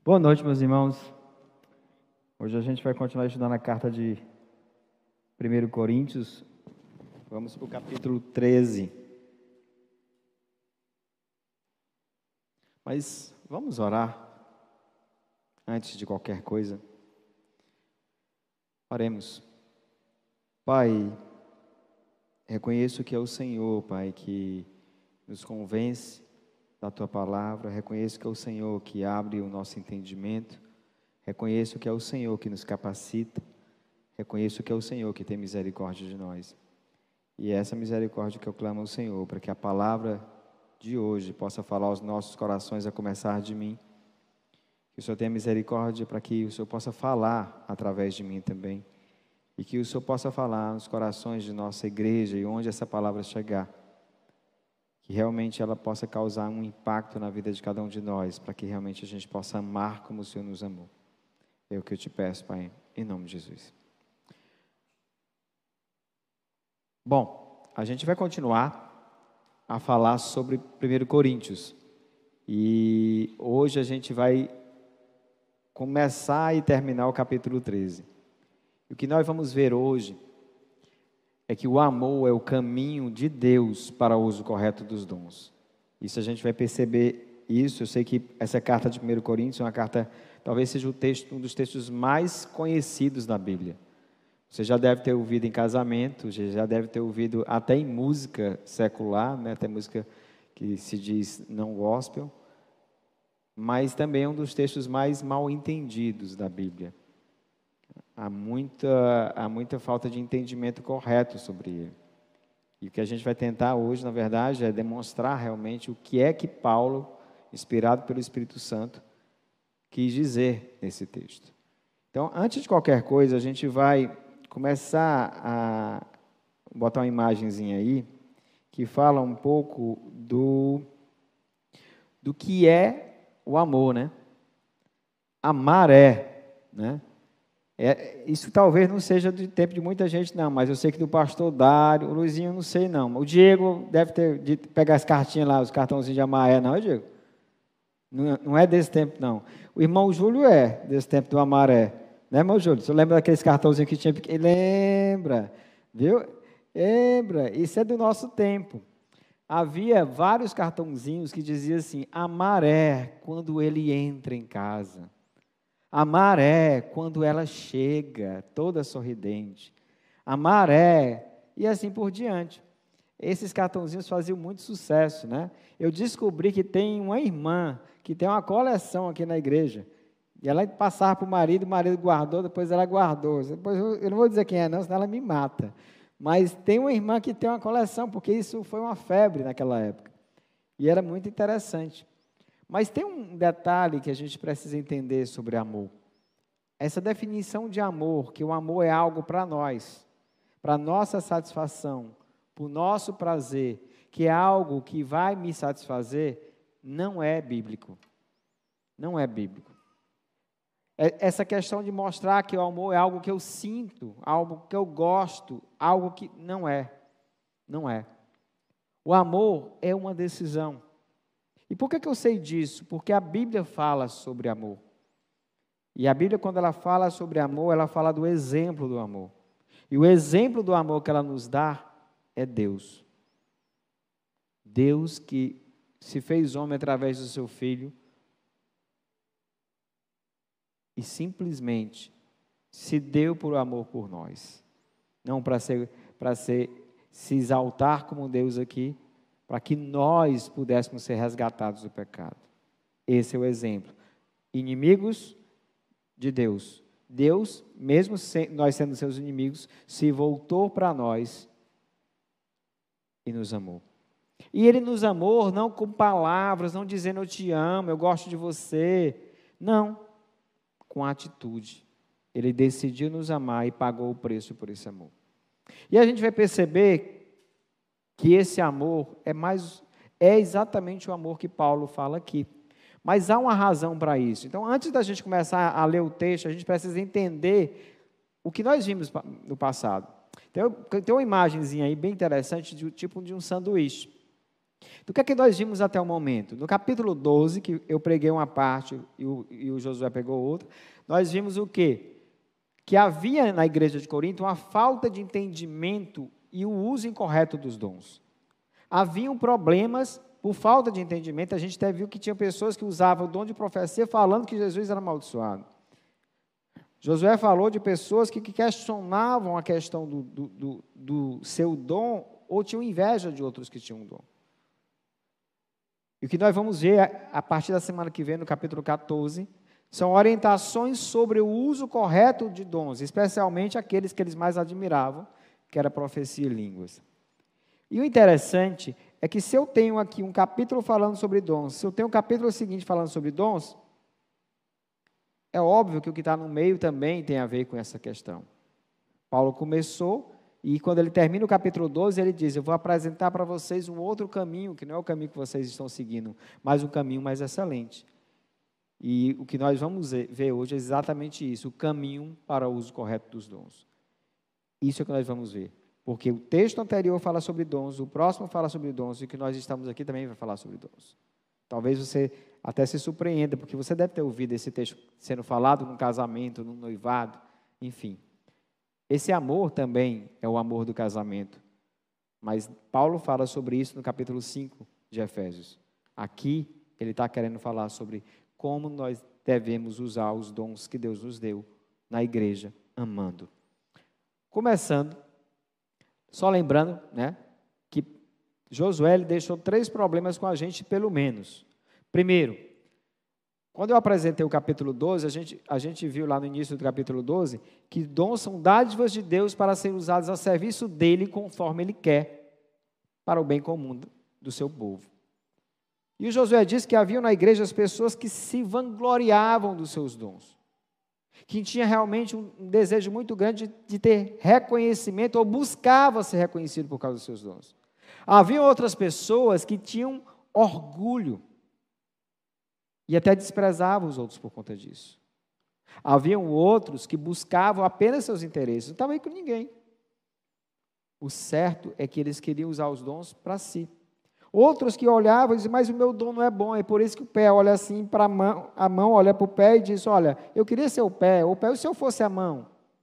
Boa noite, meus irmãos. Hoje a gente vai continuar estudando a carta de 1 Coríntios. Vamos para o capítulo 13. Mas vamos orar antes de qualquer coisa. Oremos. Pai, reconheço que é o Senhor, Pai, que nos convence da Tua palavra. Reconheço que é o Senhor que abre o nosso entendimento. Reconheço que é o Senhor que nos capacita. Reconheço que é o Senhor que tem misericórdia de nós. E é essa misericórdia que eu clamo ao Senhor, para que a palavra de hoje possa falar aos nossos corações, a começar de mim. Que o Senhor tenha misericórdia para que o Senhor possa falar através de mim também. E que o Senhor possa falar nos corações de nossa igreja e onde essa palavra chegar. Que realmente ela possa causar um impacto na vida de cada um de nós, para que realmente a gente possa amar como o Senhor nos amou. É o que eu te peço, Pai, em nome de Jesus. Bom, a gente vai continuar a falar sobre 1 Coríntios. E hoje a gente vai começar e terminar o capítulo 13. O que nós vamos ver hoje é que o amor é o caminho de Deus para o uso correto dos dons. Isso a gente vai perceber isso. Eu sei que essa carta de 1 Coríntios é uma carta, talvez seja um dos textos mais conhecidos da Bíblia. Você já deve ter ouvido em casamento, já deve ter ouvido até em música secular, né? Até música que se diz não gospel, mas também é um dos textos mais mal entendidos da Bíblia. Há muita falta de entendimento correto sobre ele. E o que a gente vai tentar hoje, na verdade, é demonstrar realmente o que é que Paulo, inspirado pelo Espírito Santo, quis dizer nesse texto. Então, antes de qualquer coisa, a gente vai começar a botar uma imagenzinha aí, que fala um pouco do que é o amor, né? Amar né? Isso talvez não seja do tempo de muita gente, não, mas eu sei que do pastor Dário, o Luizinho, não sei não. O Diego deve ter de pegar as cartinhas lá, os cartãozinhos de Amar não é, Diego? Não é desse tempo, não. O irmão Júlio é desse tempo do Amar né, irmão Júlio? Você lembra daqueles cartãozinhos que tinha? Lembra, viu? Lembra, isso é do nosso tempo. Havia vários cartãozinhos que diziam assim, amar quando ele entra em casa. Amar quando ela chega, toda sorridente. Amar e assim por diante. Esses cartãozinhos faziam muito sucesso, né? Eu descobri que tem uma irmã que tem uma coleção aqui na igreja. E ela passava para o marido guardou, depois ela guardou. Depois eu não vou dizer quem é não, senão ela me mata. Mas tem uma irmã que tem uma coleção, porque isso foi uma febre naquela época. E era muito interessante. Mas tem um detalhe que a gente precisa entender sobre amor. Essa definição de amor, que o amor é algo para nós, para nossa satisfação, para o nosso prazer, que é algo que vai me satisfazer, não é bíblico. Não é bíblico. Essa questão de mostrar que o amor é algo que eu sinto, algo que eu gosto, algo que não é. Não é. O amor é uma decisão. E por que eu sei disso? Porque a Bíblia fala sobre amor. E a Bíblia, quando ela fala sobre amor, ela fala do exemplo do amor. E o exemplo do amor que ela nos dá é Deus. Deus que se fez homem através do seu Filho e simplesmente se deu por amor por nós. Não para se exaltar como Deus aqui, para que nós pudéssemos ser resgatados do pecado. Esse é o exemplo. Inimigos de Deus. Deus, mesmo nós sendo seus inimigos, se voltou para nós e nos amou. E Ele nos amou não com palavras, não dizendo eu te amo, eu gosto de você. Não, com atitude. Ele decidiu nos amar e pagou o preço por esse amor. E a gente vai perceber que esse amor é exatamente o amor que Paulo fala aqui. Mas há uma razão para isso. Então, antes da gente começar a ler o texto, a gente precisa entender o que nós vimos no passado. Tem uma imagenzinha aí bem interessante, tipo de um sanduíche. Do que é que nós vimos até o momento? No capítulo 12, que eu preguei uma parte e o Josué pegou outra, nós vimos o quê? Que havia na igreja de Corinto uma falta de entendimento e o uso incorreto dos dons. Haviam problemas por falta de entendimento. A gente até viu que tinha pessoas que usavam o dom de profecia falando que Jesus era amaldiçoado. Josué falou de pessoas que questionavam a questão do seu dom ou tinham inveja de outros que tinham um dom. E o que nós vamos ver a partir da semana que vem, no capítulo 14, são orientações sobre o uso correto de dons, especialmente aqueles que eles mais admiravam, que era profecia e línguas. E o interessante é que se eu tenho aqui um capítulo falando sobre dons, se eu tenho um capítulo seguinte falando sobre dons, é óbvio que o que está no meio também tem a ver com essa questão. Paulo começou, e quando ele termina o capítulo 12, ele diz: eu vou apresentar para vocês um outro caminho, que não é o caminho que vocês estão seguindo, mas um caminho mais excelente. E o que nós vamos ver hoje é exatamente isso, o caminho para o uso correto dos dons. Isso é o que nós vamos ver. Porque o texto anterior fala sobre dons, o próximo fala sobre dons, e o que nós estamos aqui também vai falar sobre dons. Talvez você até se surpreenda, porque você deve ter ouvido esse texto sendo falado num casamento, num noivado, enfim. Esse amor também é o amor do casamento. Mas Paulo fala sobre isso no capítulo 5 de Efésios. Aqui ele está querendo falar sobre como nós devemos usar os dons que Deus nos deu na igreja, amando. Começando, só lembrando, que Josué deixou 3 problemas com a gente, pelo menos. Primeiro, quando eu apresentei o capítulo 12, a gente viu lá no início do capítulo 12, que dons são dádivas de Deus para serem usados a serviço dele conforme ele quer, para o bem comum do seu povo. E o Josué disse que havia na igreja as pessoas que se vangloriavam dos seus dons, que tinha realmente um desejo muito grande de ter reconhecimento, ou buscava ser reconhecido por causa dos seus dons. Havia outras pessoas que tinham orgulho, e até desprezavam os outros por conta disso. Haviam outros que buscavam apenas seus interesses, não estavam aí com ninguém. O certo é que eles queriam usar os dons para si. Outros que olhavam e diziam: mas o meu dom não é bom, é por isso que o pé olha assim para a mão olha para o pé e diz: olha, eu queria ser o pé se eu fosse a mão.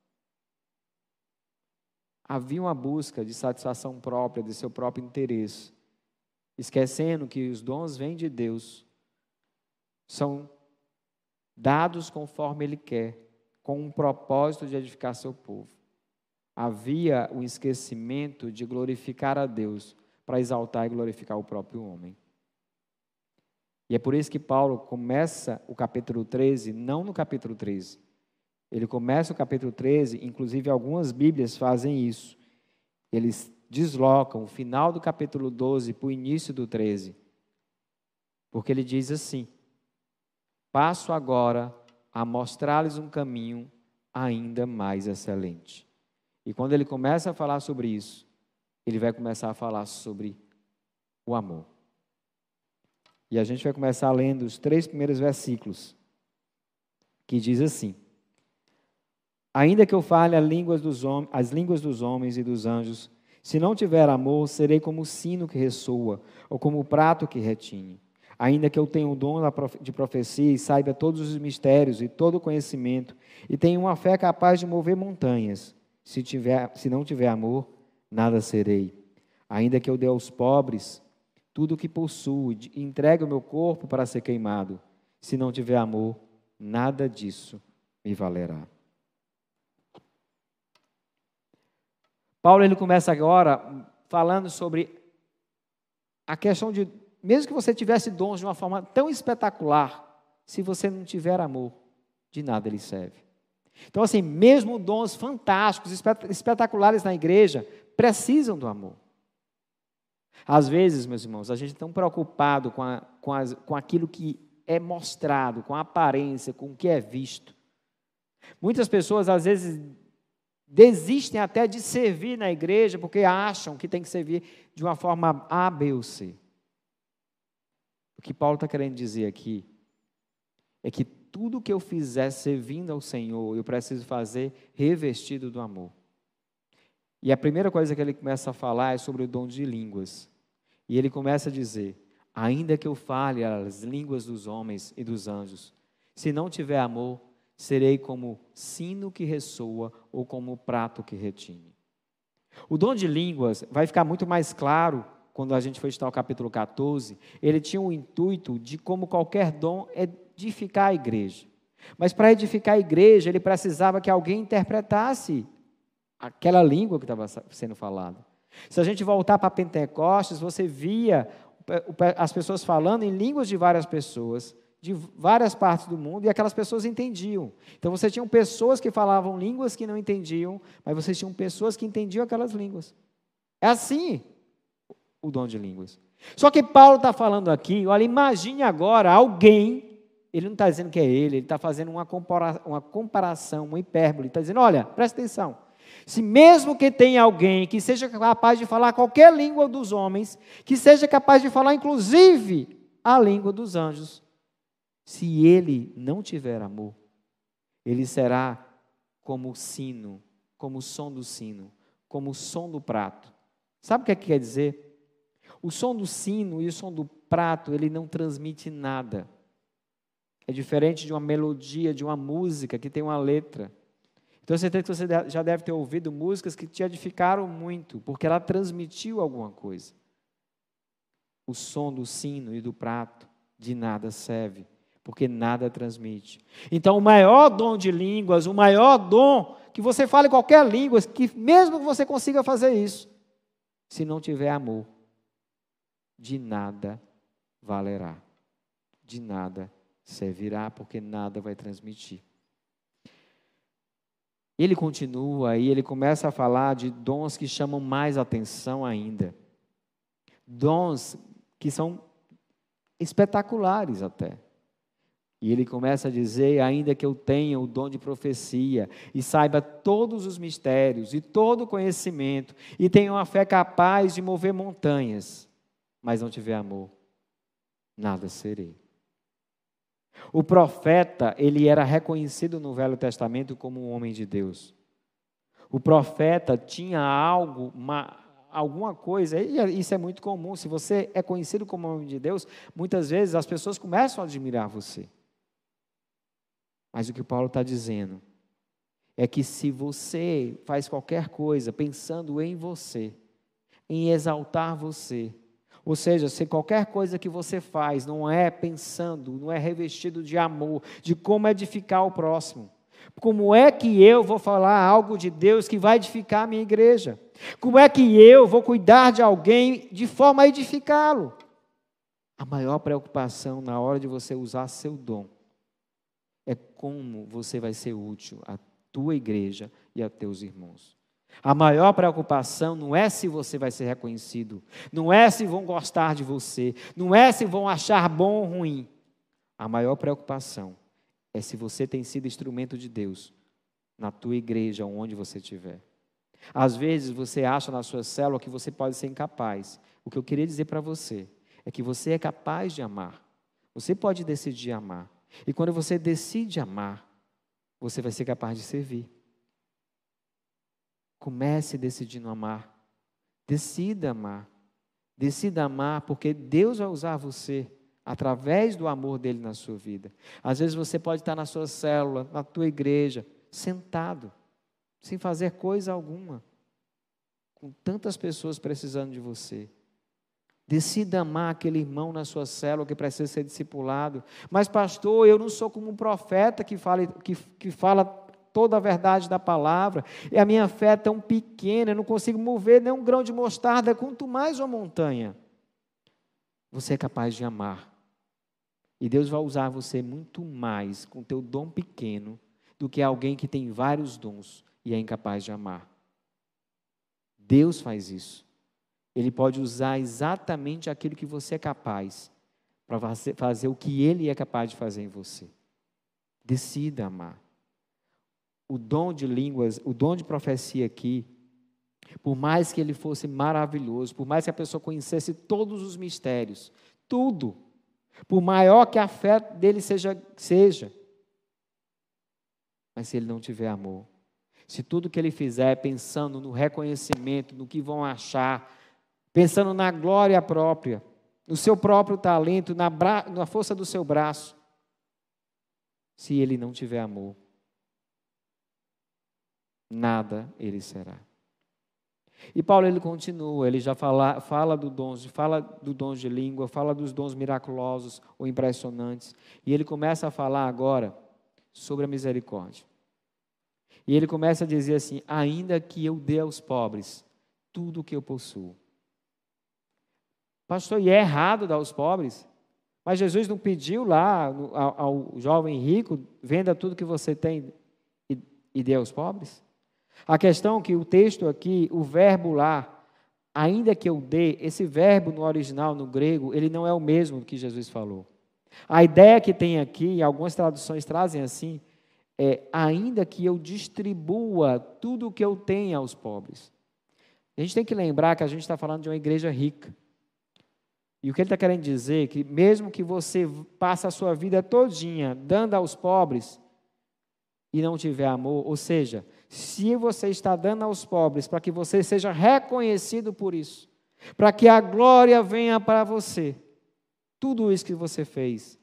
Havia uma busca de satisfação própria, de seu próprio interesse, esquecendo que os dons vêm de Deus, são dados conforme Ele quer, com um propósito de edificar seu povo. Havia o esquecimento de glorificar a Deus, para exaltar e glorificar o próprio homem. E é por isso que Paulo começa o capítulo 13, não no capítulo 13. Ele começa o capítulo 13, inclusive algumas Bíblias fazem isso. Eles deslocam o final do capítulo 12 para o início do 13. Porque ele diz assim: passo agora a mostrar-lhes um caminho ainda mais excelente. E quando ele começa a falar sobre isso, ele vai começar a falar sobre o amor. E a gente vai começar lendo os 3 primeiros versículos, que diz assim: ainda que eu fale as línguas dos homens e dos anjos, se não tiver amor, serei como o sino que ressoa, ou como o prato que retine. Ainda que eu tenha o dom de profecia e saiba todos os mistérios e todo o conhecimento, e tenha uma fé capaz de mover montanhas, se não tiver amor, nada serei. Ainda que eu dê aos pobres tudo o que possuo e entregue o meu corpo para ser queimado, se não tiver amor, nada disso me valerá. Paulo ele começa agora falando sobre a questão de, mesmo que você tivesse dons de uma forma tão espetacular, se você não tiver amor, de nada ele serve. Então, assim, mesmo dons fantásticos, espetaculares na igreja, precisam do amor. Às vezes, meus irmãos, a gente é tão preocupado com aquilo que é mostrado, com a aparência, com o que é visto. Muitas pessoas, às vezes, desistem até de servir na igreja porque acham que tem que servir de uma forma A, B ou C. O que Paulo está querendo dizer aqui é que tudo que eu fizer servindo ao Senhor, eu preciso fazer revestido do amor. E a primeira coisa que ele começa a falar é sobre o dom de línguas. E ele começa a dizer: ainda que eu fale as línguas dos homens e dos anjos, se não tiver amor, serei como sino que ressoa ou como prato que retine. O dom de línguas vai ficar muito mais claro quando a gente for estudar o capítulo 14. Ele tinha o intuito de, como qualquer dom, edificar a igreja. Mas para edificar a igreja, ele precisava que alguém interpretasse aquela língua que estava sendo falada. Se a gente voltar para Pentecostes, você via as pessoas falando em línguas de várias pessoas, de várias partes do mundo, e aquelas pessoas entendiam. Então, você tinha pessoas que falavam línguas que não entendiam, mas você tinha pessoas que entendiam aquelas línguas. É assim o dom de línguas. Só que Paulo está falando aqui, olha, imagine agora alguém, ele não está dizendo que é ele está fazendo uma comparação, uma hipérbole, está dizendo, olha, presta atenção, se mesmo que tenha alguém que seja capaz de falar qualquer língua dos homens, que seja capaz de falar inclusive a língua dos anjos, se ele não tiver amor, ele será como o sino, como o som do sino, como o som do prato. Sabe o que quer dizer? O som do sino e o som do prato, ele não transmite nada. É diferente de uma melodia, de uma música que tem uma letra. Então, você já deve ter ouvido músicas que te edificaram muito, porque ela transmitiu alguma coisa. O som do sino e do prato de nada serve, porque nada transmite. Então, o maior dom de línguas, o maior dom, que você fale qualquer língua, que mesmo que você consiga fazer isso, se não tiver amor, de nada valerá, de nada servirá, porque nada vai transmitir. Ele continua e ele começa a falar de dons que chamam mais atenção ainda. Dons que são espetaculares até. E ele começa a dizer, ainda que eu tenha o dom de profecia, e saiba todos os mistérios, e todo o conhecimento, e tenha uma fé capaz de mover montanhas, mas não tiver amor, nada serei. O profeta, ele era reconhecido no Velho Testamento como um homem de Deus. O profeta tinha algo, alguma coisa, e isso é muito comum, se você é conhecido como homem de Deus, muitas vezes as pessoas começam a admirar você. Mas o que Paulo está dizendo é que se você faz qualquer coisa pensando em você, em exaltar você, ou seja, se qualquer coisa que você faz não é pensando, não é revestido de amor, de como edificar o próximo, como é que eu vou falar algo de Deus que vai edificar a minha igreja? Como é que eu vou cuidar de alguém de forma a edificá-lo? A maior preocupação na hora de você usar seu dom é como você vai ser útil à tua igreja e a teus irmãos. A maior preocupação não é se você vai ser reconhecido, não é se vão gostar de você, não é se vão achar bom ou ruim. A maior preocupação é se você tem sido instrumento de Deus na tua igreja, onde você estiver. Às vezes você acha na sua célula que você pode ser incapaz. O que eu queria dizer para você é que você é capaz de amar. Você pode decidir amar. E quando você decide amar, você vai ser capaz de servir. Comece decidindo amar. Decida amar. Decida amar, porque Deus vai usar você através do amor dele na sua vida. Às vezes você pode estar na sua célula, na tua igreja, sentado, sem fazer coisa alguma, com tantas pessoas precisando de você. Decida amar aquele irmão na sua célula que precisa ser discipulado. Mas pastor, eu não sou como um profeta que fala toda a verdade da palavra, e a minha fé é tão pequena, eu não consigo mover nem um grão de mostarda, quanto mais uma montanha. Você é capaz de amar. E Deus vai usar você muito mais com o teu dom pequeno do que alguém que tem vários dons e é incapaz de amar. Deus faz isso. Ele pode usar exatamente aquilo que você é capaz para fazer o que Ele é capaz de fazer em você. Decida amar. O dom de línguas, o dom de profecia aqui, por mais que ele fosse maravilhoso, por mais que a pessoa conhecesse todos os mistérios, tudo, por maior que a fé dele seja, mas se ele não tiver amor, se tudo que ele fizer pensando no reconhecimento, no que vão achar, pensando na glória própria, no seu próprio talento, na força do seu braço, se ele não tiver amor, nada ele será. E Paulo, ele continua, ele já fala do dom de língua, fala dos dons miraculosos ou impressionantes, e ele começa a falar agora sobre a misericórdia. E ele começa a dizer assim: ainda que eu dê aos pobres tudo o que eu possuo. Pastor, e é errado dar aos pobres? Mas Jesus não pediu lá ao jovem rico: venda tudo que você tem e dê aos pobres? A questão é que o texto aqui, o verbo lá, ainda que eu dê, esse verbo no original, no grego, ele não é o mesmo que Jesus falou. A ideia que tem aqui, algumas traduções trazem assim, ainda que eu distribua tudo o que eu tenho aos pobres. A gente tem que lembrar que a gente está falando de uma igreja rica. E o que ele está querendo dizer é que mesmo que você passe a sua vida todinha dando aos pobres e não tiver amor, ou seja, se você está dando aos pobres para que você seja reconhecido por isso, para que a glória venha para você, tudo isso que você fez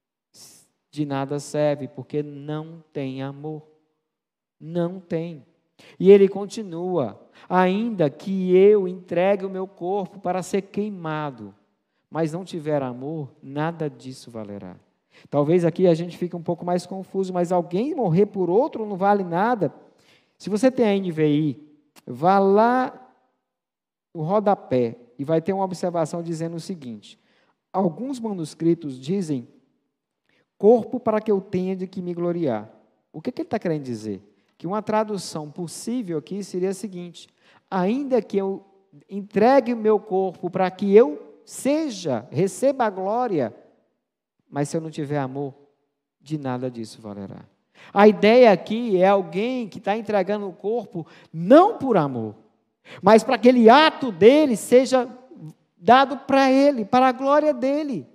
de nada serve, porque não tem amor. Não tem. E ele continua: ainda que eu entregue o meu corpo para ser queimado, mas não tiver amor, nada disso valerá. Talvez aqui a gente fique um pouco mais confuso, mas alguém morrer por outro não vale nada. Se você tem a NVI, vá lá no rodapé e vai ter uma observação dizendo o seguinte: alguns manuscritos dizem corpo para que eu tenha de que me gloriar. O que ele está querendo dizer? Que uma tradução possível aqui seria a seguinte: ainda que eu entregue o meu corpo para que eu receba a glória, mas se eu não tiver amor, de nada disso valerá. A ideia aqui é alguém que está entregando o corpo não por amor, mas para que aquele ato dele seja dado para ele, para a glória dele.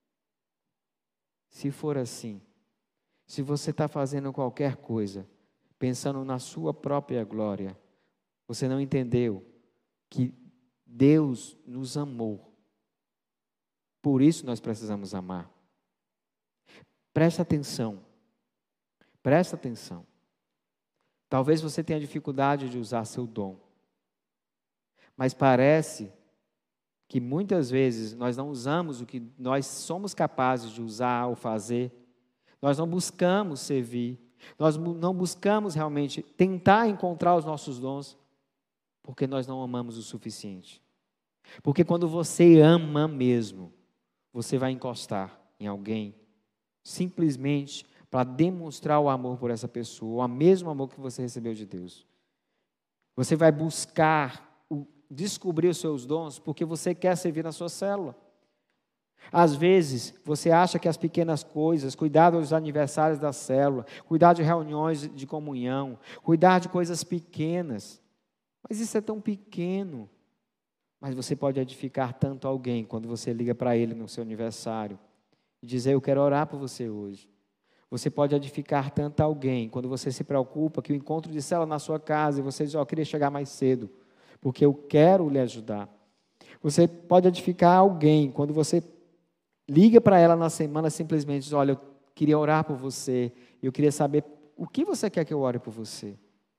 Se for assim, se você está fazendo qualquer coisa, pensando na sua própria glória, você não entendeu que Deus nos amou. Por isso nós precisamos amar. Presta atenção. Presta atenção. Talvez você tenha dificuldade de usar seu dom. Mas parece que muitas vezes nós não usamos o que nós somos capazes de usar ou fazer. Nós não buscamos servir. Nós não buscamos realmente tentar encontrar os nossos dons, porque nós não amamos o suficiente. Porque quando você ama mesmo, você vai encostar em alguém simplesmente para demonstrar o amor por essa pessoa, o mesmo amor que você recebeu de Deus. Você vai buscar descobrir os seus dons porque você quer servir na sua célula. Às vezes, você acha que as pequenas coisas, cuidar dos aniversários da célula, cuidar de reuniões de comunhão, cuidar de coisas pequenas, mas isso é tão pequeno. Mas você pode edificar tanto alguém quando você liga para ele no seu aniversário e dizer: eu quero orar por você hoje. Você pode edificar tanto alguém quando você se preocupa que o encontro de célula na sua casa e você diz: eu queria chegar mais cedo, porque eu quero lhe ajudar. Você pode edificar alguém quando você liga para ela na semana simplesmente diz: olha, eu queria orar por você, eu queria saber o que você quer que eu ore por você.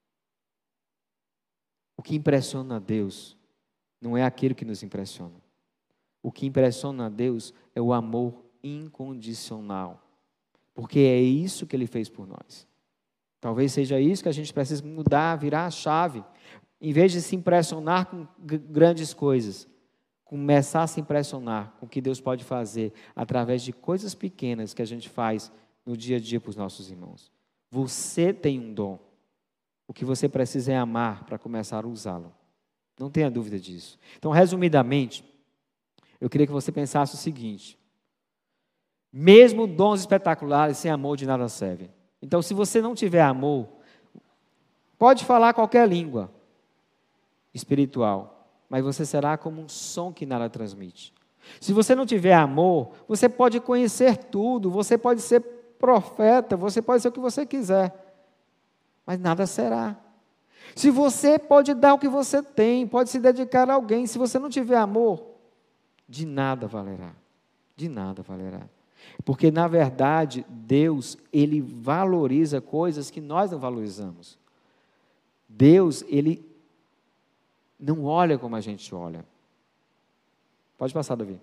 O que impressiona a Deus não é aquilo que nos impressiona. O que impressiona a Deus é o amor incondicional, porque é isso que Ele fez por nós. Talvez seja isso que a gente precisa mudar, virar a chave. Em vez de se impressionar com grandes coisas, começar a se impressionar com o que Deus pode fazer através de coisas pequenas que a gente faz no dia a dia para os nossos irmãos. Você tem um dom. O que você precisa é amar para começar a usá-lo. Não tenha dúvida disso. Então, resumidamente, eu queria que você pensasse o seguinte: mesmo dons espetaculares sem amor de nada servem. Então, se você não tiver amor, pode falar qualquer língua espiritual, mas você será como um som que nada transmite. Se você não tiver amor, você pode conhecer tudo, você pode ser profeta, você pode ser o que você quiser, mas nada será. Se você pode dar o que você tem, pode se dedicar a alguém, se você não tiver amor, de nada valerá. De nada valerá. Porque, na verdade, Deus, Ele valoriza coisas que nós não valorizamos. Deus, Ele não olha como a gente olha. Pode passar, Davi.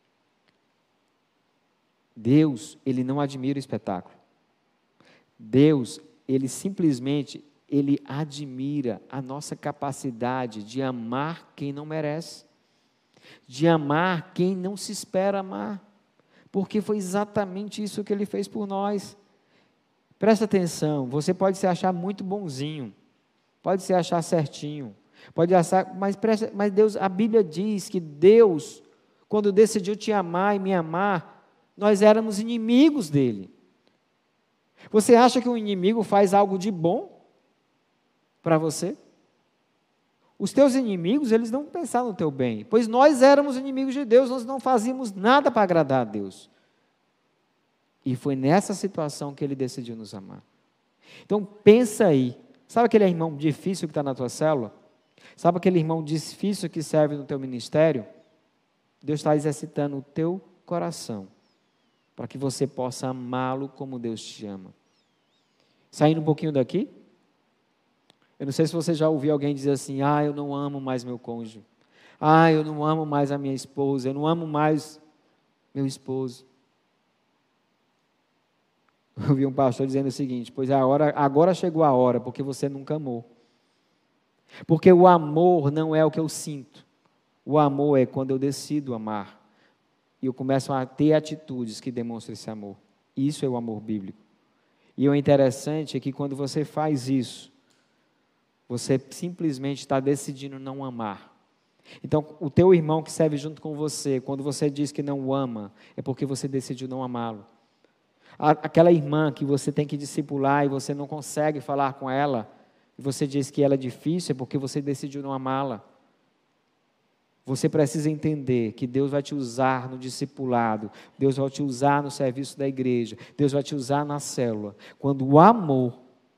Deus, Ele não admira o espetáculo. Deus, Ele simplesmente, Ele admira a nossa capacidade de amar quem não merece, de amar quem não se espera amar, porque foi exatamente isso que Ele fez por nós. Presta atenção, você pode se achar muito bonzinho, pode se achar certinho, pode achar, mas Deus, a Bíblia diz que Deus, quando decidiu te amar e me amar, nós éramos inimigos dele. Você acha que um inimigo faz algo de bom para você? Os teus inimigos, eles não pensaram no teu bem, pois nós éramos inimigos de Deus, nós não fazíamos nada para agradar a Deus. E foi nessa situação que Ele decidiu nos amar. Então, pensa aí, sabe aquele irmão difícil que está na tua célula? Sabe aquele irmão difícil que serve no teu ministério? Deus está exercitando o teu coração, para que você possa amá-lo como Deus te ama. Saindo um pouquinho daqui, eu não sei se você já ouviu alguém dizer assim, eu não amo mais meu cônjuge, eu não amo mais a minha esposa, eu não amo mais meu esposo. Eu ouvi um pastor dizendo o seguinte, pois agora chegou a hora, porque você nunca amou. Porque o amor não é o que eu sinto, o amor é quando eu decido amar, e eu começo a ter atitudes que demonstram esse amor. Isso é o amor bíblico. E o interessante é que quando você faz isso, você simplesmente está decidindo não amar. Então, o teu irmão que serve junto com você, quando você diz que não o ama, é porque você decidiu não amá-lo. Aquela irmã que você tem que discipular e você não consegue falar com ela, e você diz que ela é difícil, é porque você decidiu não amá-la. Você precisa entender que Deus vai te usar no discipulado, Deus vai te usar no serviço da igreja, Deus vai te usar na célula, quando o amor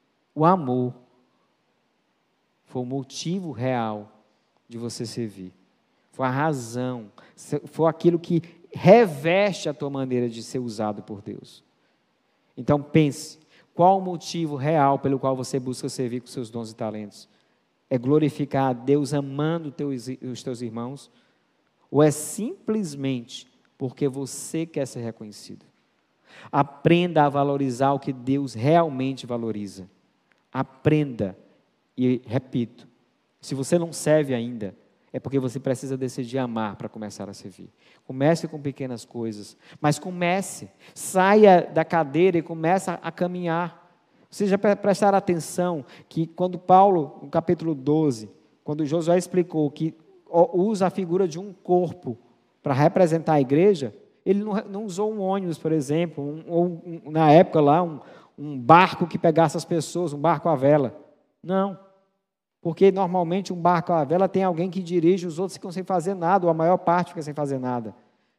for o motivo real de você servir, for a razão, for aquilo que reveste a tua maneira de ser usado por Deus. Então pense, qual o motivo real pelo qual você busca servir com seus dons e talentos? É glorificar a Deus amando os teus irmãos? Ou é simplesmente porque você quer ser reconhecido? Aprenda a valorizar o que Deus realmente valoriza. Aprenda. E repito, se você não serve ainda, é porque você precisa decidir amar para começar a servir. Comece com pequenas coisas, mas comece. Saia da cadeira e comece a caminhar. Vocês já prestaram atenção que quando Paulo, no capítulo 12, quando Josué explicou que usa a figura de um corpo para representar a igreja, ele não usou um ônibus, por exemplo, na época lá, um barco que pegasse as pessoas, um barco à vela. Não, porque normalmente um barco à vela tem alguém que dirige, os outros ficam sem fazer nada, ou a maior parte fica sem fazer nada.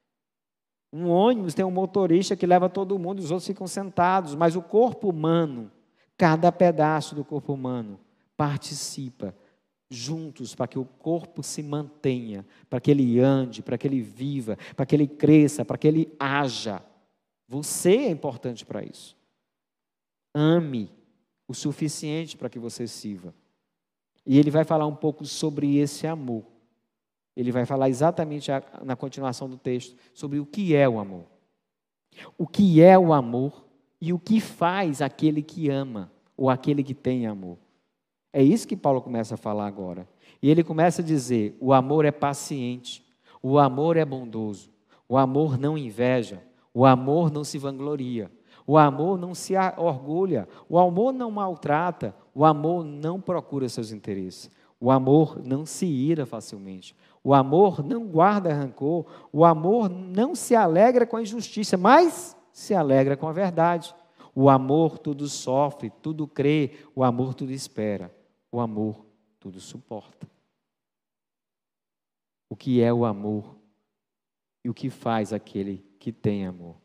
Um ônibus tem um motorista que leva todo mundo, os outros ficam sentados, mas o corpo humano, cada pedaço do corpo humano participa juntos para que o corpo se mantenha, para que ele ande, para que ele viva, para que ele cresça, para que ele haja. Você é importante para isso. Ame o suficiente para que você sirva. E ele vai falar um pouco sobre esse amor. Ele vai falar exatamente na continuação do texto sobre o que é o amor. O que é o amor e o que faz aquele que ama, ou aquele que tem amor. É isso que Paulo começa a falar agora. E ele começa a dizer, o amor é paciente, o amor é bondoso, o amor não inveja, o amor não se vangloria, o amor não se orgulha, o amor não maltrata, o amor não procura seus interesses, o amor não se ira facilmente, o amor não guarda rancor, o amor não se alegra com a injustiça, mas se alegra com a verdade. O amor tudo sofre, tudo crê, o amor tudo espera, o amor tudo suporta. O que é o amor e o que faz aquele que tem amor?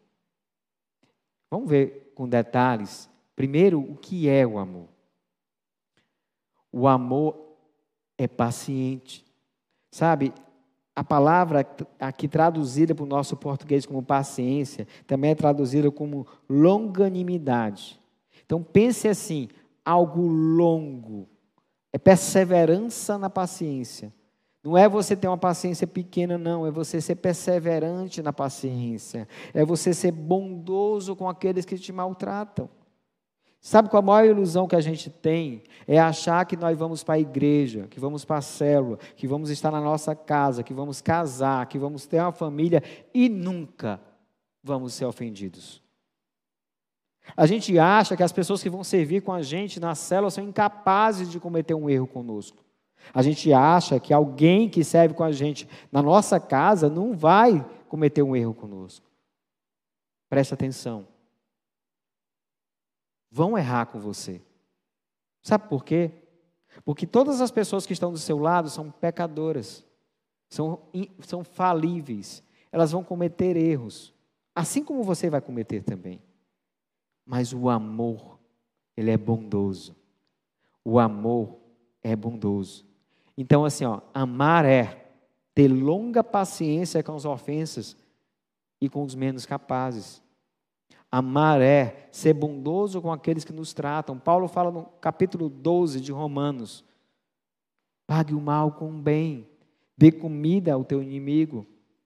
Vamos ver com detalhes, primeiro, o que é o amor. O amor é paciente. Sabe, a palavra aqui traduzida para o nosso português como paciência, também é traduzida como longanimidade. Então pense assim, algo longo, é perseverança na paciência. Não é você ter uma paciência pequena, não, é você ser perseverante na paciência, é você ser bondoso com aqueles que te maltratam. Sabe qual a maior ilusão que a gente tem? É achar que nós vamos para a igreja, que vamos para a célula, que vamos estar na nossa casa, que vamos casar, que vamos ter uma família e nunca vamos ser ofendidos. A gente acha que as pessoas que vão servir com a gente na célula são incapazes de cometer um erro conosco. A gente acha que alguém que serve com a gente na nossa casa não vai cometer um erro conosco. Preste atenção. Vão errar com você. Sabe por quê? Porque todas as pessoas que estão do seu lado são pecadoras, são falíveis, elas vão cometer erros, assim como você vai cometer também. Mas o amor, ele é bondoso. O amor é bondoso. Então, assim, amar é ter longa paciência com as ofensas e com os menos capazes. Amar é ser bondoso com aqueles que nos tratam. Paulo fala no capítulo 12 de Romanos: pague o mal com o bem, dê comida ao teu inimigo.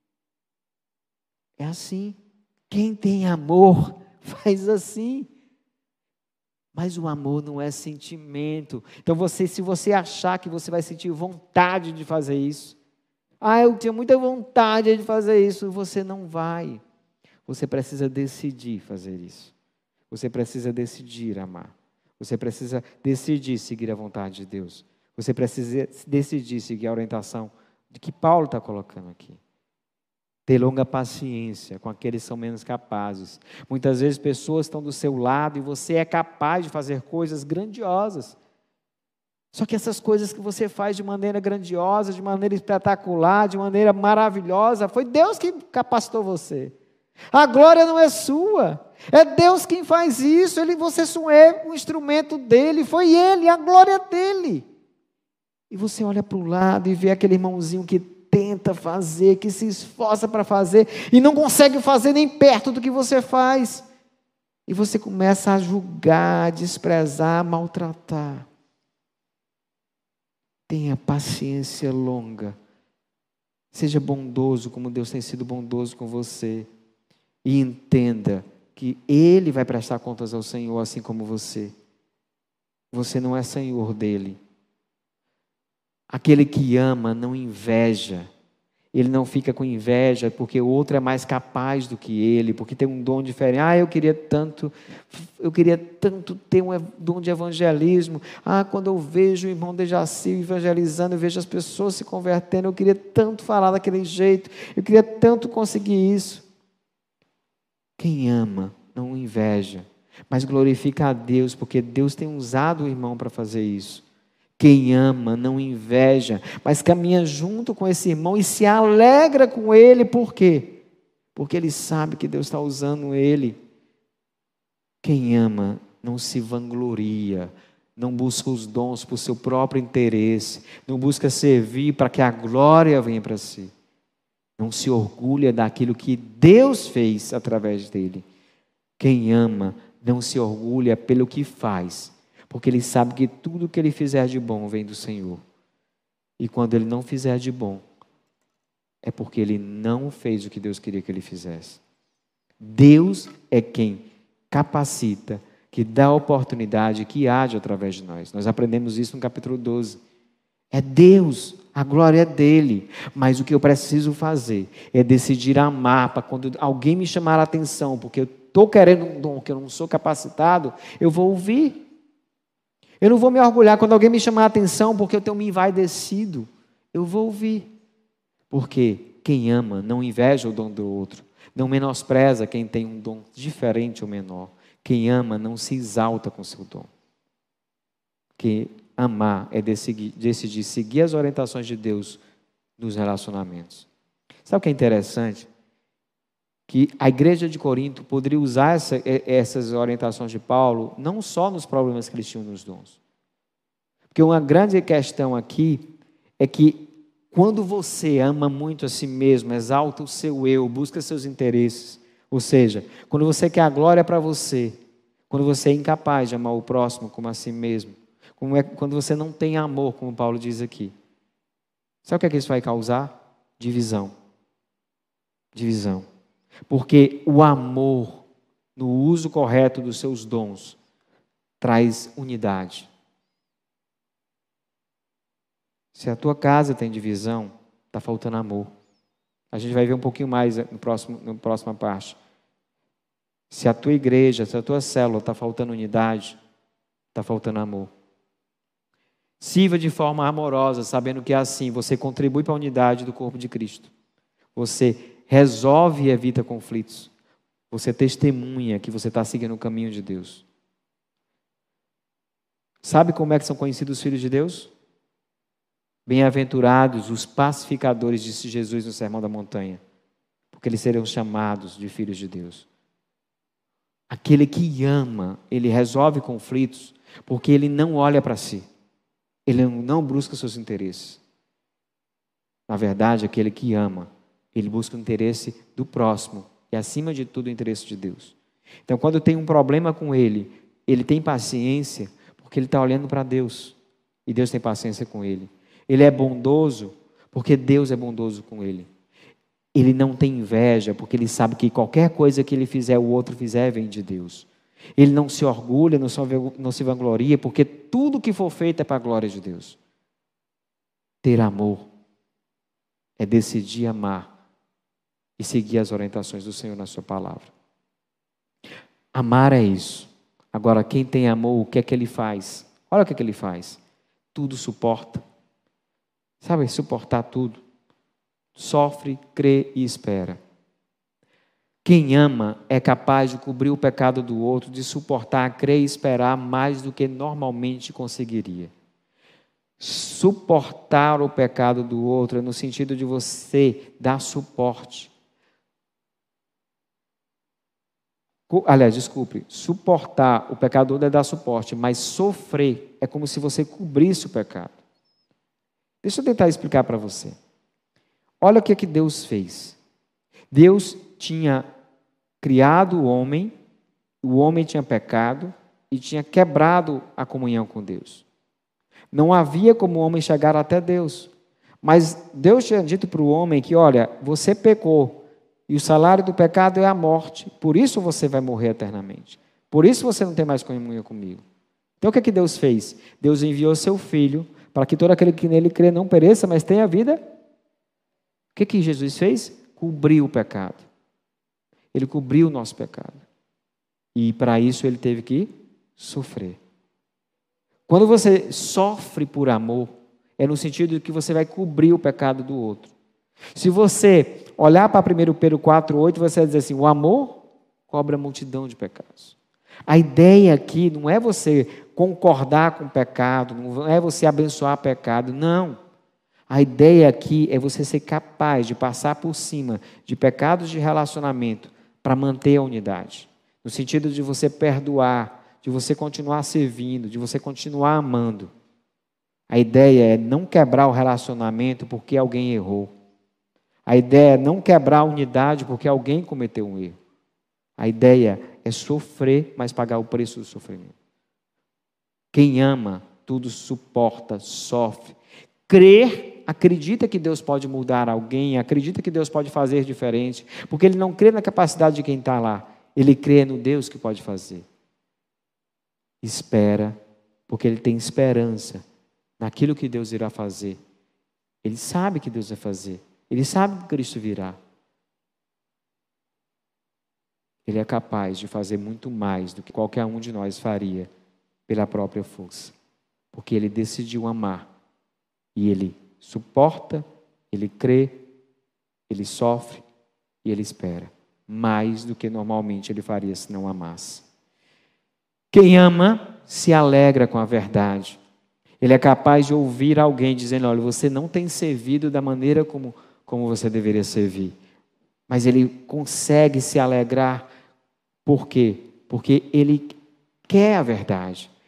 É assim. Quem tem amor faz assim. Mas o amor não é sentimento. Então se você achar que você vai sentir vontade de fazer isso, eu tinha muita vontade de fazer isso, você não vai. Você precisa decidir fazer isso. Você precisa decidir amar. Você precisa decidir seguir a vontade de Deus. Você precisa decidir seguir a orientação de que Paulo está colocando aqui. Ter longa paciência com aqueles que são menos capazes. Muitas vezes pessoas estão do seu lado e você é capaz de fazer coisas grandiosas. Só que essas coisas que você faz de maneira grandiosa, de maneira espetacular, de maneira maravilhosa, foi Deus que capacitou você. A glória não é sua, é Deus quem faz isso, você só é um instrumento dele, foi ele, a glória é dele. E você olha para o lado e vê aquele irmãozinho que tenta fazer, que se esforça para fazer, e não consegue fazer nem perto do que você faz. E você começa a julgar, a desprezar, a maltratar. Tenha paciência longa. Seja bondoso como Deus tem sido bondoso com você. E entenda que Ele vai prestar contas ao Senhor, assim como você. Você não é senhor dele. Aquele que ama não inveja. Ele não fica com inveja porque o outro é mais capaz do que ele, porque tem um dom diferente. Eu queria tanto ter um dom de evangelismo. Quando eu vejo o irmão Dejaci evangelizando, eu vejo as pessoas se convertendo, eu queria tanto falar daquele jeito, eu queria tanto conseguir isso. Quem ama não inveja, mas glorifica a Deus, porque Deus tem usado o irmão para fazer isso. Quem ama não inveja, mas caminha junto com esse irmão e se alegra com ele. Por quê? Porque ele sabe que Deus está usando ele. Quem ama não se vangloria, não busca os dons por seu próprio interesse, não busca servir para que a glória venha para si. Não se orgulha daquilo que Deus fez através dele. Quem ama não se orgulha pelo que faz, porque ele sabe que tudo que ele fizer de bom vem do Senhor. E quando ele não fizer de bom, é porque ele não fez o que Deus queria que ele fizesse. Deus é quem capacita, que dá oportunidade, que age através de nós. Nós aprendemos isso no capítulo 12. É Deus, a glória é dele, mas o que eu preciso fazer é decidir amar, para quando alguém me chamar a atenção, porque eu estou querendo um dom que eu não sou capacitado, eu vou ouvir. Eu não vou me orgulhar quando alguém me chamar a atenção, porque eu tenho me envaidecido, eu vou ouvir. Porque quem ama não inveja o dom do outro, não menospreza quem tem um dom diferente ou menor. Quem ama não se exalta com seu dom. Que amar é decidir seguir as orientações de Deus nos relacionamentos. Sabe o que é interessante? Que a igreja de Corinto poderia usar essas orientações de Paulo não só nos problemas que eles tinham nos dons. Porque uma grande questão aqui é que quando você ama muito a si mesmo, exalta o seu eu, busca seus interesses, ou seja, quando você quer a glória para você, quando você é incapaz de amar o próximo como a si mesmo, quando você não tem amor, como Paulo diz aqui, sabe o que é que isso vai causar? Divisão. Divisão. Porque o amor, no uso correto dos seus dons, traz unidade. Se a tua casa tem divisão, está faltando amor. A gente vai ver um pouquinho mais na próxima parte. Se a tua igreja, se a tua célula está faltando unidade, está faltando amor. Sirva de forma amorosa, sabendo que é assim, você contribui para a unidade do corpo de Cristo. Você resolve e evita conflitos. Você testemunha que você está seguindo o caminho de Deus. Sabe como é que são conhecidos os filhos de Deus? Bem-aventurados os pacificadores, disse Jesus no Sermão da Montanha, porque eles serão chamados de filhos de Deus. Aquele que ama, ele resolve conflitos, porque ele não olha para si, ele não busca seus interesses. Na verdade, aquele que ama, ele busca o interesse do próximo, e acima de tudo o interesse de Deus. Então, quando tem um problema com ele tem paciência, porque ele está olhando para Deus, e Deus tem paciência com ele. Ele é bondoso, porque Deus é bondoso com ele. Ele não tem inveja, porque ele sabe que qualquer coisa que ele fizer, o outro fizer, vem de Deus. Ele não se orgulha, não se vangloria, porque tudo que for feito é para a glória de Deus. Ter amor é decidir amar e seguir as orientações do Senhor na sua palavra. Amar é isso. Agora, quem tem amor, o que é que ele faz? Olha o que é que ele faz. Tudo suporta. Sabe, suportar tudo. Sofre, crê e espera. Quem ama é capaz de cobrir o pecado do outro, de suportar, crer e esperar mais do que normalmente conseguiria. Suportar o pecado do outro é no sentido de você dar suporte. Aliás, desculpe, suportar o pecado do outro é dar suporte, mas sofrer é como se você cobrisse o pecado. Deixa eu tentar explicar para você. Olha o que Deus fez. Deus tinha criado o homem tinha pecado e tinha quebrado a comunhão com Deus. Não havia como o homem chegar até Deus. Mas Deus tinha dito para o homem que, olha, você pecou e o salário do pecado é a morte. Por isso você vai morrer eternamente. Por isso você não tem mais comunhão comigo. Então o que Deus fez? Deus enviou seu Filho para que todo aquele que nele crê não pereça, mas tenha vida. O que Jesus fez? Cobriu o pecado. Ele cobriu o nosso pecado. E para isso ele teve que sofrer. Quando você sofre por amor, é no sentido de que você vai cobrir o pecado do outro. Se você olhar para 1 Pedro 4,8, você vai dizer assim, o amor cobre a multidão de pecados. A ideia aqui não é você concordar com o pecado, não é você abençoar o pecado, não. A ideia aqui é você ser capaz de passar por cima de pecados de relacionamento para manter a unidade. No sentido de você perdoar, de você continuar servindo, de você continuar amando. A ideia é não quebrar o relacionamento porque alguém errou. A ideia é não quebrar a unidade porque alguém cometeu um erro. A ideia é sofrer, mas pagar o preço do sofrimento. Quem ama, tudo suporta, sofre. Crer, acredita que Deus pode mudar alguém, acredita que Deus pode fazer diferente, porque ele não crê na capacidade de quem está lá, ele crê no Deus que pode fazer. Espera, porque ele tem esperança naquilo que Deus irá fazer. Ele sabe que Deus vai fazer, ele sabe que Cristo virá. Ele é capaz de fazer muito mais do que qualquer um de nós faria pela própria força, porque ele decidiu amar e ele suporta, ele crê, ele sofre e ele espera, mais do que normalmente ele faria se não amasse. Quem ama se alegra com a verdade. Ele é capaz de ouvir alguém dizendo, olha, você não tem servido da maneira como você deveria servir. Mas ele consegue se alegrar. Por quê? Porque ele quer a verdade.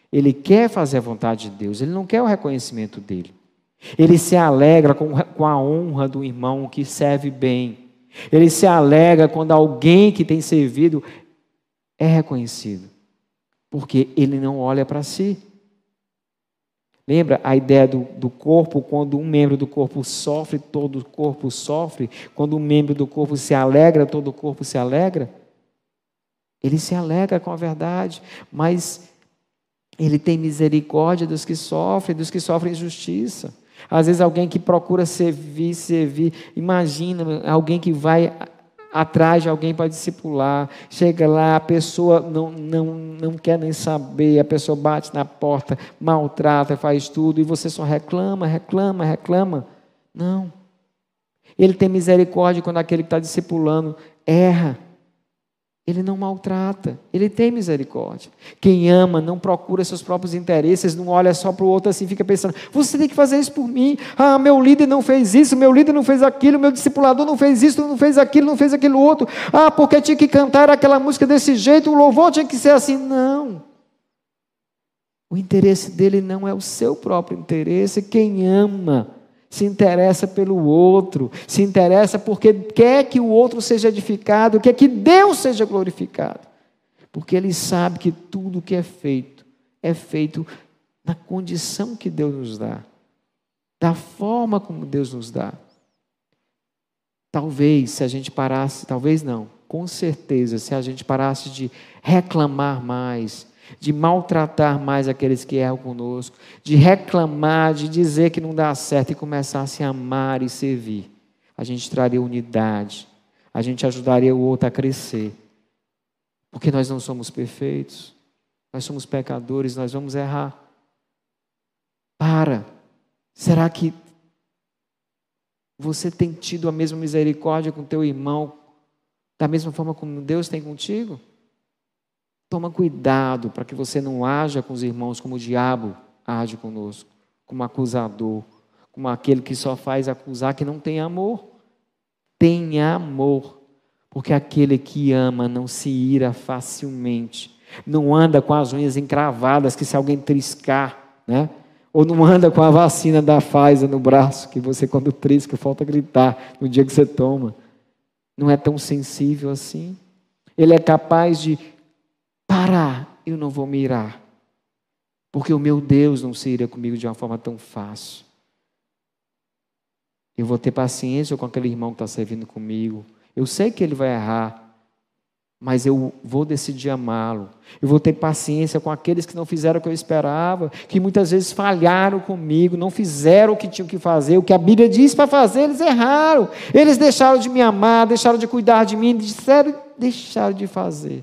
Ele quer fazer a vontade de Deus, ele não quer o reconhecimento dele. Ele se alegra com a honra do irmão que serve bem. Ele se alegra quando alguém que tem servido é reconhecido, porque ele não olha para si. Lembra a ideia do corpo? Quando um membro do corpo sofre, todo o corpo sofre. Quando um membro do corpo se alegra, todo o corpo se alegra. Ele se alegra com a verdade, mas ele tem misericórdia dos que sofrem injustiça. Às vezes alguém que procura servir. Imagina alguém que vai atrás de alguém para discipular. Chega lá, a pessoa não quer nem saber. A pessoa bate na porta, maltrata, faz tudo. E você só reclama. Não. Ele tem misericórdia quando aquele que está discipulando erra. Ele não maltrata, ele tem misericórdia. Quem ama não procura seus próprios interesses, não olha só para o outro assim, fica pensando, você tem que fazer isso por mim. Ah, meu líder não fez isso, meu líder não fez aquilo, meu discipulador não fez isso, não fez aquilo outro. Ah, porque tinha que cantar aquela música desse jeito, o louvor tinha que ser assim. Não. O interesse dele não é o seu próprio interesse. Quem ama se interessa pelo outro, se interessa porque quer que o outro seja edificado, quer que Deus seja glorificado, porque ele sabe que tudo que é feito na condição que Deus nos dá, da forma como Deus nos dá. Talvez se a gente parasse, talvez não, com certeza, se a gente parasse de reclamar mais, de maltratar mais aqueles que erram conosco, de reclamar, de dizer que não dá certo e começasse a amar e servir, a gente traria unidade, a gente ajudaria o outro a crescer, porque nós não somos perfeitos, nós somos pecadores, nós vamos errar. Será que você tem tido a mesma misericórdia com teu irmão, da mesma forma como Deus tem contigo? Toma cuidado para que você não haja com os irmãos como o diabo age conosco, como acusador, como aquele que só faz acusar, que não tem amor. Tenha amor, porque aquele que ama não se ira facilmente, não anda com as unhas encravadas, que se alguém triscar, né? Ou não anda com a vacina da Pfizer no braço, que você quando trisca, falta gritar no dia que você toma. Não é tão sensível assim. Ele é capaz de parar, eu não vou me irar, porque o meu Deus não se ira comigo de uma forma tão fácil. Eu vou ter paciência com aquele irmão que está servindo comigo. Eu sei que ele vai errar, mas eu vou decidir amá-lo. Eu vou ter paciência com aqueles que não fizeram o que eu esperava, que muitas vezes falharam comigo, não fizeram o que tinham que fazer, o que a Bíblia diz para fazer, eles erraram. Eles deixaram de me amar, deixaram de cuidar de mim, deixaram de fazer.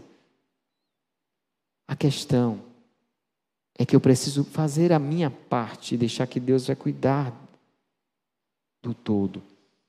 A questão é que eu preciso fazer a minha parte e deixar que Deus vai cuidar do todo.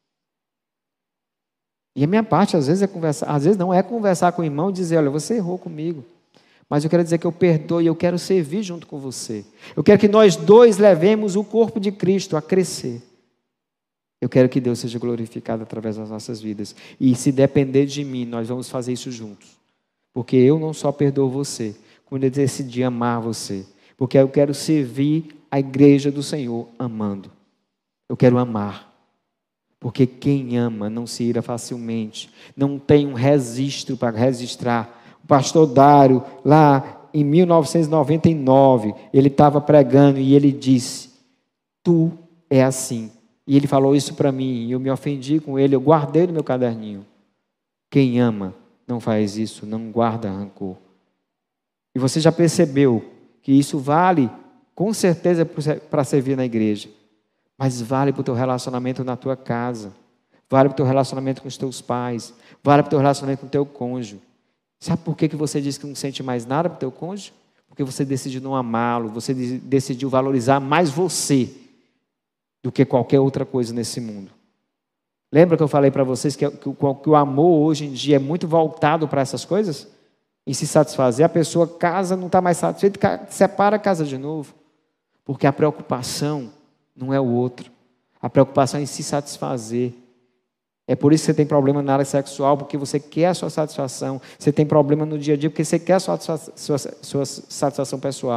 E a minha parte, às vezes, é conversar, às vezes não é conversar com o irmão e dizer, olha, você errou comigo, mas eu quero dizer que eu perdoo e eu quero servir junto com você. Eu quero que nós dois levemos o corpo de Cristo a crescer. Eu quero que Deus seja glorificado através das nossas vidas. E se depender de mim, nós vamos fazer isso juntos. Porque eu não só perdoo você, quando eu decidi amar você, porque eu quero servir a igreja do Senhor amando. Eu quero amar, porque quem ama não se ira facilmente, não tem um registro para registrar. O pastor Dário, lá em 1999, ele estava pregando e ele disse, tu é assim. E ele falou isso para mim, e eu me ofendi com ele, eu guardei no meu caderninho. Quem ama não faz isso, não guarda rancor. E você já percebeu que isso vale, com certeza, para servir na igreja. Mas vale para o teu relacionamento na tua casa. Vale para o teu relacionamento com os teus pais. Vale para o teu relacionamento com o teu cônjuge. Sabe por que você diz que não sente mais nada para o teu cônjuge? Porque você decidiu não amá-lo. Você decidiu valorizar mais você do que qualquer outra coisa nesse mundo. Lembra que eu falei para vocês que o amor hoje em dia é muito voltado para essas coisas? Em se satisfazer, a pessoa casa, não está mais satisfeita, separa, casa de novo. Porque a preocupação não é o outro. A preocupação é em se satisfazer. É por isso que você tem problema na área sexual, porque você quer a sua satisfação. Você tem problema no dia a dia, porque você quer a sua satisfação pessoal.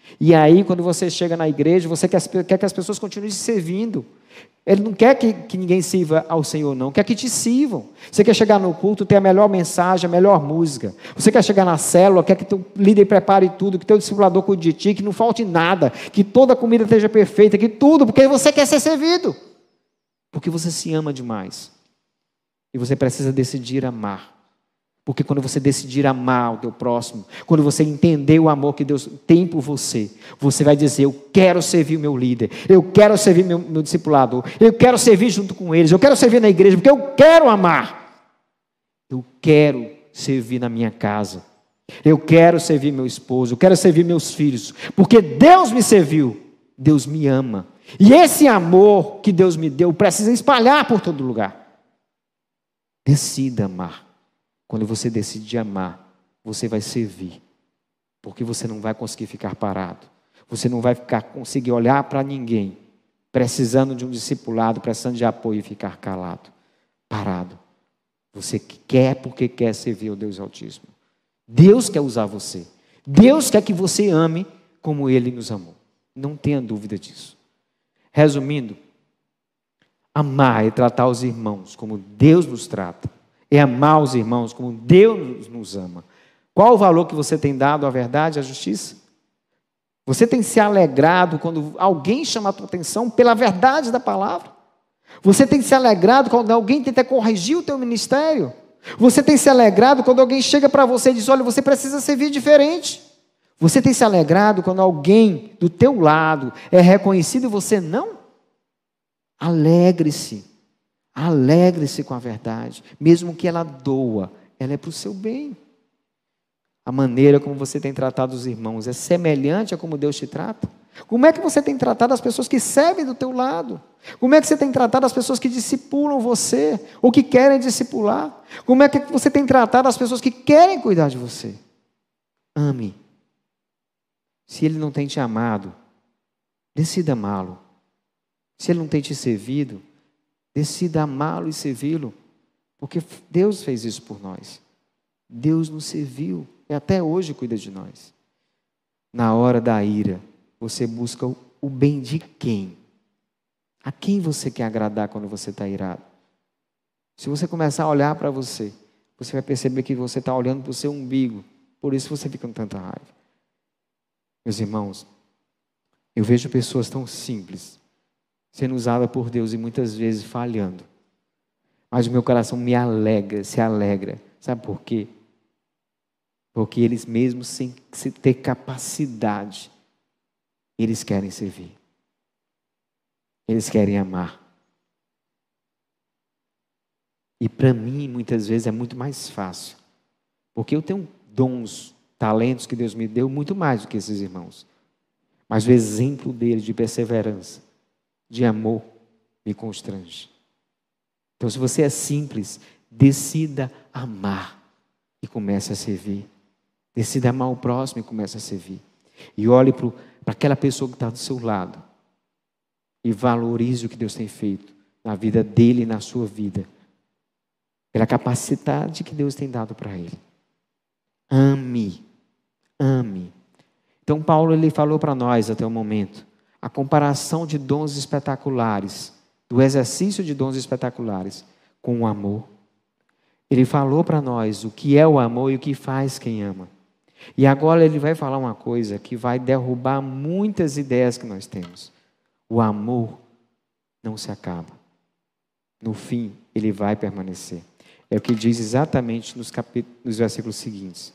E aí, quando você chega na igreja, você quer que as pessoas continuem te servindo. Ele não quer que ninguém sirva ao Senhor, não. Quer que te sirvam. Você quer chegar no culto, ter a melhor mensagem, a melhor música. Você quer chegar na célula, quer que teu líder prepare tudo, que teu discipulador cuide de ti, que não falte nada, que toda a comida esteja perfeita, que tudo, porque você quer ser servido. Porque você se ama demais. E você precisa decidir amar. Porque quando você decidir amar o teu próximo, quando você entender o amor que Deus tem por você, você vai dizer: eu quero servir o meu líder, eu quero servir meu discipulador, eu quero servir junto com eles, eu quero servir na igreja, porque eu quero amar. Eu quero servir na minha casa, eu quero servir meu esposo, eu quero servir meus filhos, porque Deus me serviu, Deus me ama. E esse amor que Deus me deu precisa espalhar por todo lugar. Decida amar. Quando você decide amar, você vai servir. Porque você não vai conseguir ficar parado. Você não vai conseguir olhar para ninguém, precisando de um discipulado, precisando de apoio e ficar calado, parado. Você quer porque quer servir ao Deus Altíssimo. Deus quer usar você. Deus quer que você ame como Ele nos amou. Não tenha dúvida disso. Resumindo, amar é tratar os irmãos como Deus nos trata. É amar os irmãos como Deus nos ama. Qual o valor que você tem dado à verdade e à justiça? Você tem se alegrado quando alguém chama a tua atenção pela verdade da palavra? Você tem se alegrado quando alguém tenta corrigir o teu ministério? Você tem se alegrado quando alguém chega para você e diz: olha, você precisa servir diferente? Você tem se alegrado quando alguém do teu lado é reconhecido e você não? Alegre-se. Alegre-se com a verdade, mesmo que ela doa, ela é para o seu bem. A maneira como você tem tratado os irmãos é semelhante a como Deus te trata? Como é que você tem tratado as pessoas que servem do teu lado? Como é que você tem tratado as pessoas que discipulam você, ou que querem discipular? Como é que você tem tratado as pessoas que querem cuidar de você? Ame. Se Ele não tem te amado, decida amá-lo. Se Ele não tem te servido, decida amá-lo e servi-lo, porque Deus fez isso por nós. Deus nos serviu e até hoje cuida de nós. Na hora da ira, você busca o bem de quem? A quem você quer agradar quando você está irado? Se você começar a olhar para você, você vai perceber que você está olhando para o seu umbigo, por isso você fica com tanta raiva. Meus irmãos, eu vejo pessoas tão simples, sendo usada por Deus e muitas vezes falhando. Mas o meu coração se alegra. Sabe por quê? Porque eles mesmos, sem ter capacidade, eles querem servir. Eles querem amar. E para mim, muitas vezes, é muito mais fácil. Porque eu tenho dons, talentos que Deus me deu, muito mais do que esses irmãos. Mas o exemplo deles de perseverança, de amor, me constrange. Então, se você é simples, decida amar e comece a servir. Decida amar o próximo e comece a servir. E olhe para aquela pessoa que está do seu lado e valorize o que Deus tem feito na vida dele e na sua vida, pela capacidade que Deus tem dado para ele. Ame. Ame. Então, Paulo ele falou para nós até o momento a comparação de dons espetaculares, do exercício de dons espetaculares com o amor. Ele falou para nós o que é o amor e o que faz quem ama. E agora ele vai falar uma coisa que vai derrubar muitas ideias que nós temos. O amor não se acaba. No fim, ele vai permanecer. É o que diz exatamente nos versículos seguintes.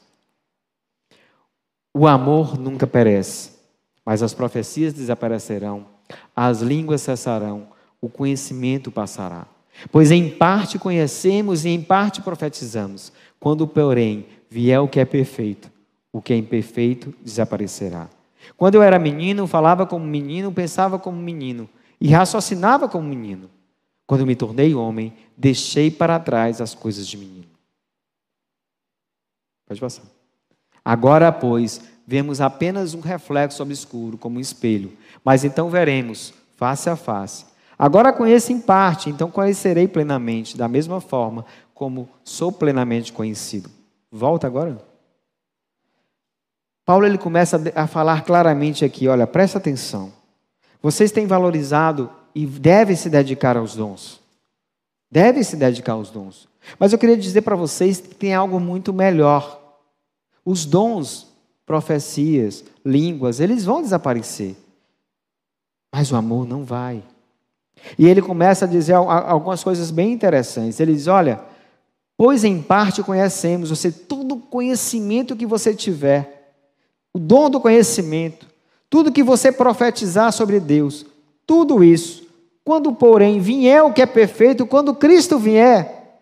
O amor nunca perece, mas as profecias desaparecerão, as línguas cessarão, o conhecimento passará. Pois em parte conhecemos e em parte profetizamos. Quando, porém, vier o que é perfeito, o que é imperfeito desaparecerá. Quando eu era menino, falava como menino, pensava como menino e raciocinava como menino. Quando me tornei homem, deixei para trás as coisas de menino. Pode passar. Agora, pois, vemos apenas um reflexo obscuro, como um espelho. Mas então veremos, face a face. Agora conheço em parte, então conhecerei plenamente, da mesma forma como sou plenamente conhecido. Volta agora. Paulo ele começa a falar claramente aqui, olha, presta atenção. Vocês têm valorizado e devem se dedicar aos dons. Devem se dedicar aos dons. Mas eu queria dizer para vocês que tem algo muito melhor. Os dons, profecias, línguas, eles vão desaparecer. Mas o amor não vai. E ele começa a dizer algumas coisas bem interessantes. Ele diz, olha, pois em parte conhecemos, você, todo conhecimento que você tiver, o dom do conhecimento, tudo que você profetizar sobre Deus, tudo isso, quando porém vier o que é perfeito, quando Cristo vier,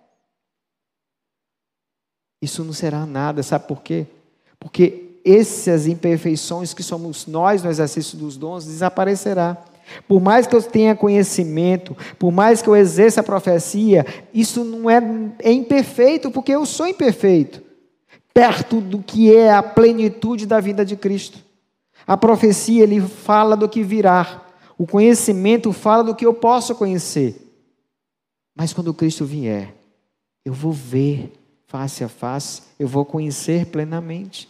isso não será nada, sabe por quê? Porque essas imperfeições que somos nós no exercício dos dons desaparecerá. Por mais que eu tenha conhecimento, por mais que eu exerça a profecia, isso não é imperfeito, porque eu sou imperfeito, perto do que é a plenitude da vida de Cristo. A profecia, ele fala do que virá, o conhecimento fala do que eu posso conhecer. Mas quando Cristo vier, eu vou ver face a face, eu vou conhecer plenamente.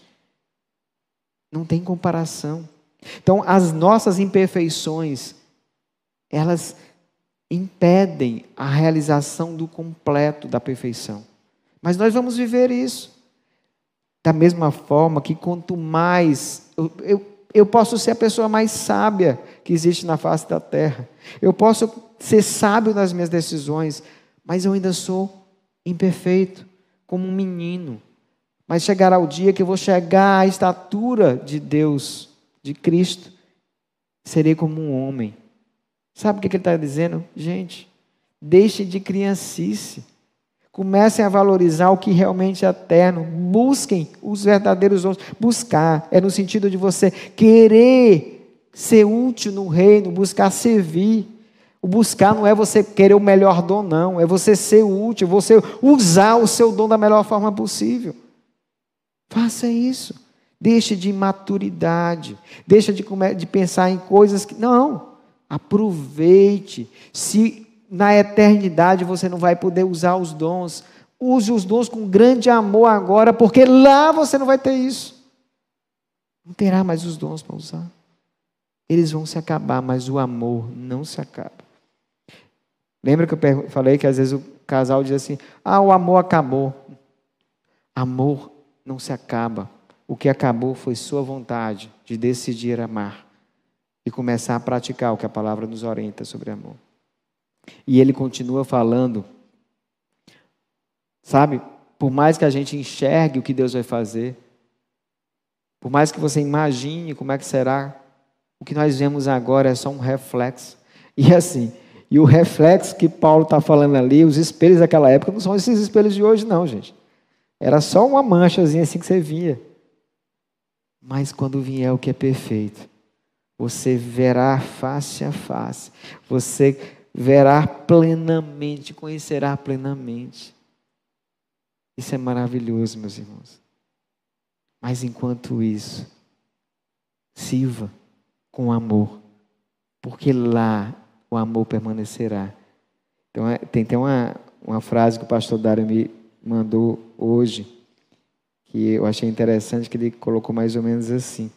Não tem comparação. Então, as nossas imperfeições, elas impedem a realização do completo, da perfeição. Mas nós vamos viver isso. Da mesma forma que quanto mais... Eu posso ser a pessoa mais sábia que existe na face da terra. Eu posso ser sábio nas minhas decisões, mas eu ainda sou imperfeito, como um menino. Mas chegará o dia que eu vou chegar à estatura de Deus, de Cristo, serei como um homem. Sabe o que ele está dizendo? Gente, deixem de criancice. Comecem a valorizar o que realmente é eterno. Busquem os verdadeiros dons. Buscar é no sentido de você querer ser útil no reino, buscar servir. O buscar não é você querer o melhor dom, não. É você ser útil, você usar o seu dom da melhor forma possível. Faça isso. Deixe de imaturidade. Deixe de pensar em coisas que... Não. Aproveite. Se na eternidade você não vai poder usar os dons, use os dons com grande amor agora, porque lá você não vai ter isso. Não terá mais os dons para usar. Eles vão se acabar, mas o amor não se acaba. Lembra que eu falei que às vezes o casal diz assim, o amor acabou. Amor não se acaba. O que acabou foi sua vontade de decidir amar e começar a praticar o que a palavra nos orienta sobre amor. E ele continua falando, sabe, por mais que a gente enxergue o que Deus vai fazer, por mais que você imagine como é que será, o que nós vemos agora é só um reflexo. E assim, e o reflexo que Paulo está falando ali, os espelhos daquela época não são esses espelhos de hoje não, gente. Era só uma manchazinha assim que você via. Mas quando vier o que é perfeito, você verá face a face, você verá plenamente, conhecerá plenamente. Isso é maravilhoso, meus irmãos. Mas enquanto isso, sirva com amor, porque lá o amor permanecerá. Então, tem até uma frase que o pastor Dário me mandou hoje, que eu achei interessante, que ele colocou mais ou menos assim.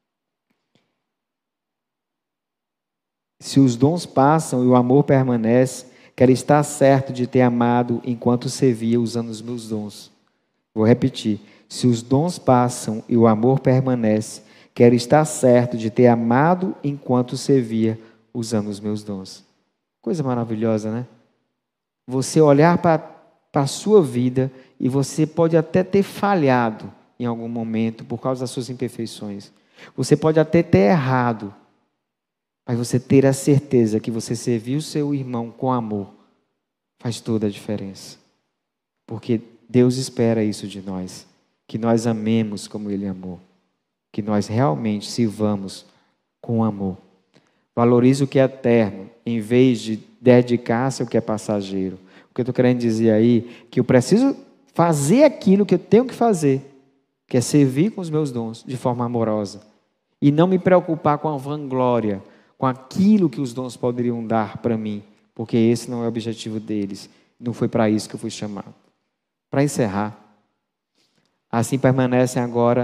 Se os dons passam e o amor permanece, quero estar certo de ter amado enquanto servia usando os meus dons. Vou repetir. Se os dons passam e o amor permanece, quero estar certo de ter amado enquanto servia usando os meus dons. Coisa maravilhosa, né? Você olhar para a sua vida e você pode até ter falhado em algum momento por causa das suas imperfeições. Você pode até ter errado. Mas você ter a certeza que você serviu o seu irmão com amor faz toda a diferença. Porque Deus espera isso de nós. Que nós amemos como Ele amou. Que nós realmente sirvamos com amor. Valorize o que é eterno, em vez de dedicar-se ao que é passageiro. O que eu estou querendo dizer aí, que eu preciso fazer aquilo que eu tenho que fazer, que é servir com os meus dons de forma amorosa. E não me preocupar com a vanglória, com aquilo que os dons poderiam dar para mim, porque esse não é o objetivo deles. Não foi para isso que eu fui chamado. Para encerrar, assim permanecem agora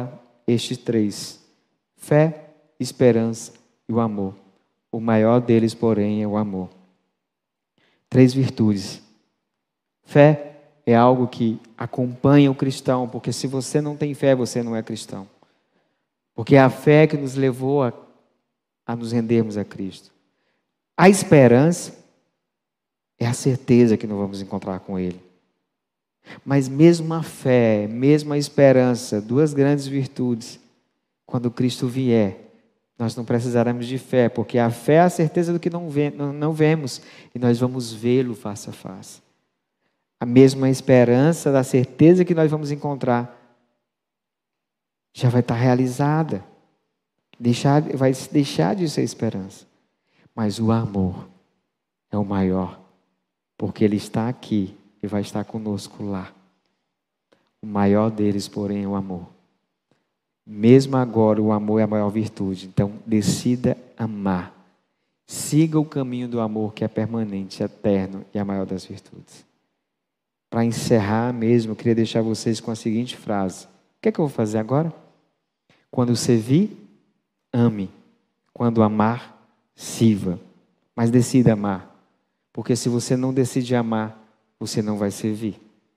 estes três: fé, esperança e o amor. O maior deles, porém, é o amor. 3 virtudes. Fé é algo que acompanha o cristão, porque se você não tem fé, você não é cristão. Porque é a fé que nos levou a nos rendermos a Cristo. A esperança é a certeza que nós vamos encontrar com Ele. Mas mesmo a fé, mesmo a esperança, 2 grandes virtudes, quando Cristo vier, nós não precisaremos de fé, porque a fé é a certeza do que não vemos, e nós vamos vê-lo face a face. A mesma esperança da certeza que nós vamos encontrar já vai estar realizada. Vai deixar de ser esperança. Mas o amor é o maior, porque Ele está aqui e vai estar conosco lá. O maior deles, porém, é o amor. Mesmo agora, o amor é a maior virtude. Então, decida amar. Siga o caminho do amor que é permanente, eterno e a maior das virtudes. Para encerrar mesmo, eu queria deixar vocês com a seguinte frase. O que é que eu vou fazer agora? Quando servir, ame. Quando amar, sirva. Mas decida amar. Porque se você não decide amar, você não vai servir.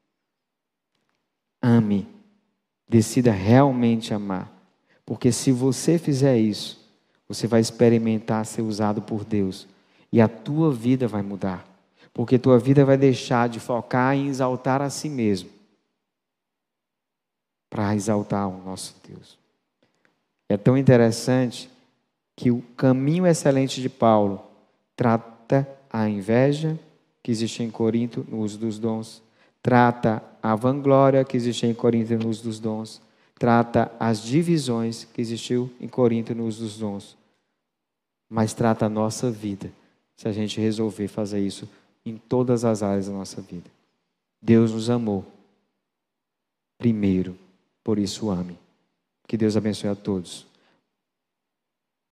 Ame. Decida realmente amar. Porque se você fizer isso, você vai experimentar ser usado por Deus. E a tua vida vai mudar. Porque tua vida vai deixar de focar em exaltar a si mesmo, para exaltar o nosso Deus. É tão interessante que o caminho excelente de Paulo trata a inveja que existe em Corinto no uso dos dons, trata a vanglória que existe em Corinto no uso dos dons, trata as divisões que existiu em Corinto no uso dos dons, mas trata a nossa vida, se a gente resolver fazer isso em todas as áreas da nossa vida. Deus nos amou primeiro, por isso ame. Que Deus abençoe a todos.